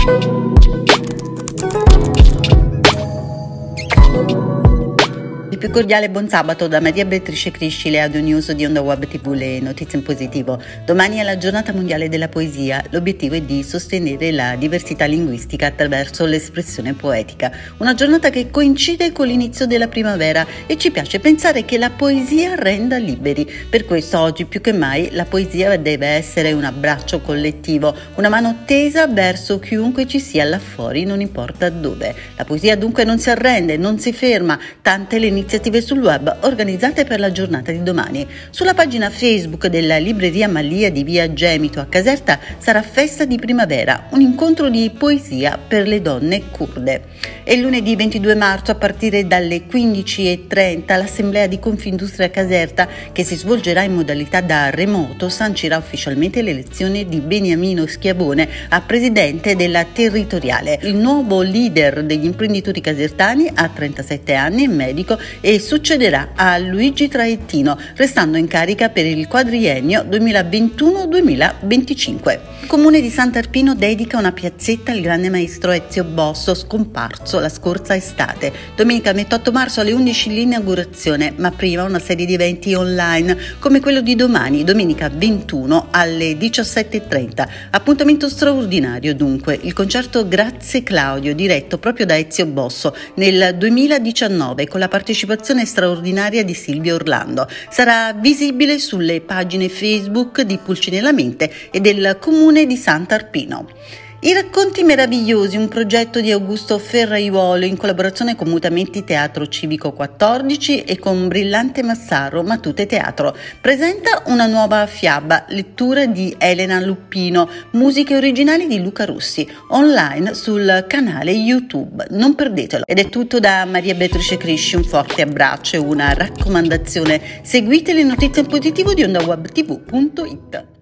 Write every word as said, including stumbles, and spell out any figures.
Il più cordiale buon sabato da Maria Beatrice Crisci, le audio news di Onda Web tivù, le notizie in positivo. Domani è la giornata mondiale della poesia, l'obiettivo è di sostenere la diversità linguistica attraverso l'espressione poetica. Una giornata che coincide con l'inizio della primavera e ci piace pensare che la poesia renda liberi. Per questo oggi più che mai la poesia deve essere un abbraccio collettivo, una mano tesa verso chiunque ci sia là fuori, non importa dove. La poesia dunque non si arrende, non si ferma, tante le iniziative sul web organizzate per la giornata di domani. Sulla pagina Facebook della libreria Mallia di via Gemito a Caserta sarà festa di primavera, un incontro di poesia per le donne curde. E lunedì ventidue marzo a partire dalle quindici e trenta l'assemblea di Confindustria Caserta, che si svolgerà in modalità da remoto, sancirà ufficialmente l'elezione di Beniamino Schiavone a presidente della territoriale. Il nuovo leader degli imprenditori casertani ha trentasette anni, è medico e succederà a Luigi Traettino, restando in carica per il quadriennio duemilaventuno duemilaventicinque. Il comune di Sant'Arpino dedica una piazzetta al grande maestro Ezio Bosso, scomparso la scorsa estate. Domenica ventotto marzo alle undici l'inaugurazione, ma prima una serie di eventi online come quello di domani, domenica ventuno alle diciassette e trenta. Appuntamento straordinario dunque, il concerto Grazie Claudio, diretto proprio da Ezio Bosso nel duemiladiciannove con la partecipazione straordinaria di Silvio Orlando. Sarà visibile sulle pagine Facebook di Pulcinella Mente e del comune di Sant'Arpino. I racconti meravigliosi, un progetto di Augusto Ferraiuolo in collaborazione con Mutamenti Teatro Civico quattordici e con Brillante Massaro Matute Teatro, presenta una nuova fiaba, lettura di Elena Luppino, musiche originali di Luca Russi, online sul canale YouTube. Non perdetelo. Ed è tutto da Maria Beatrice Crisci, un forte abbraccio e una raccomandazione: seguite le notizie in positivo di onda web tivù punto it.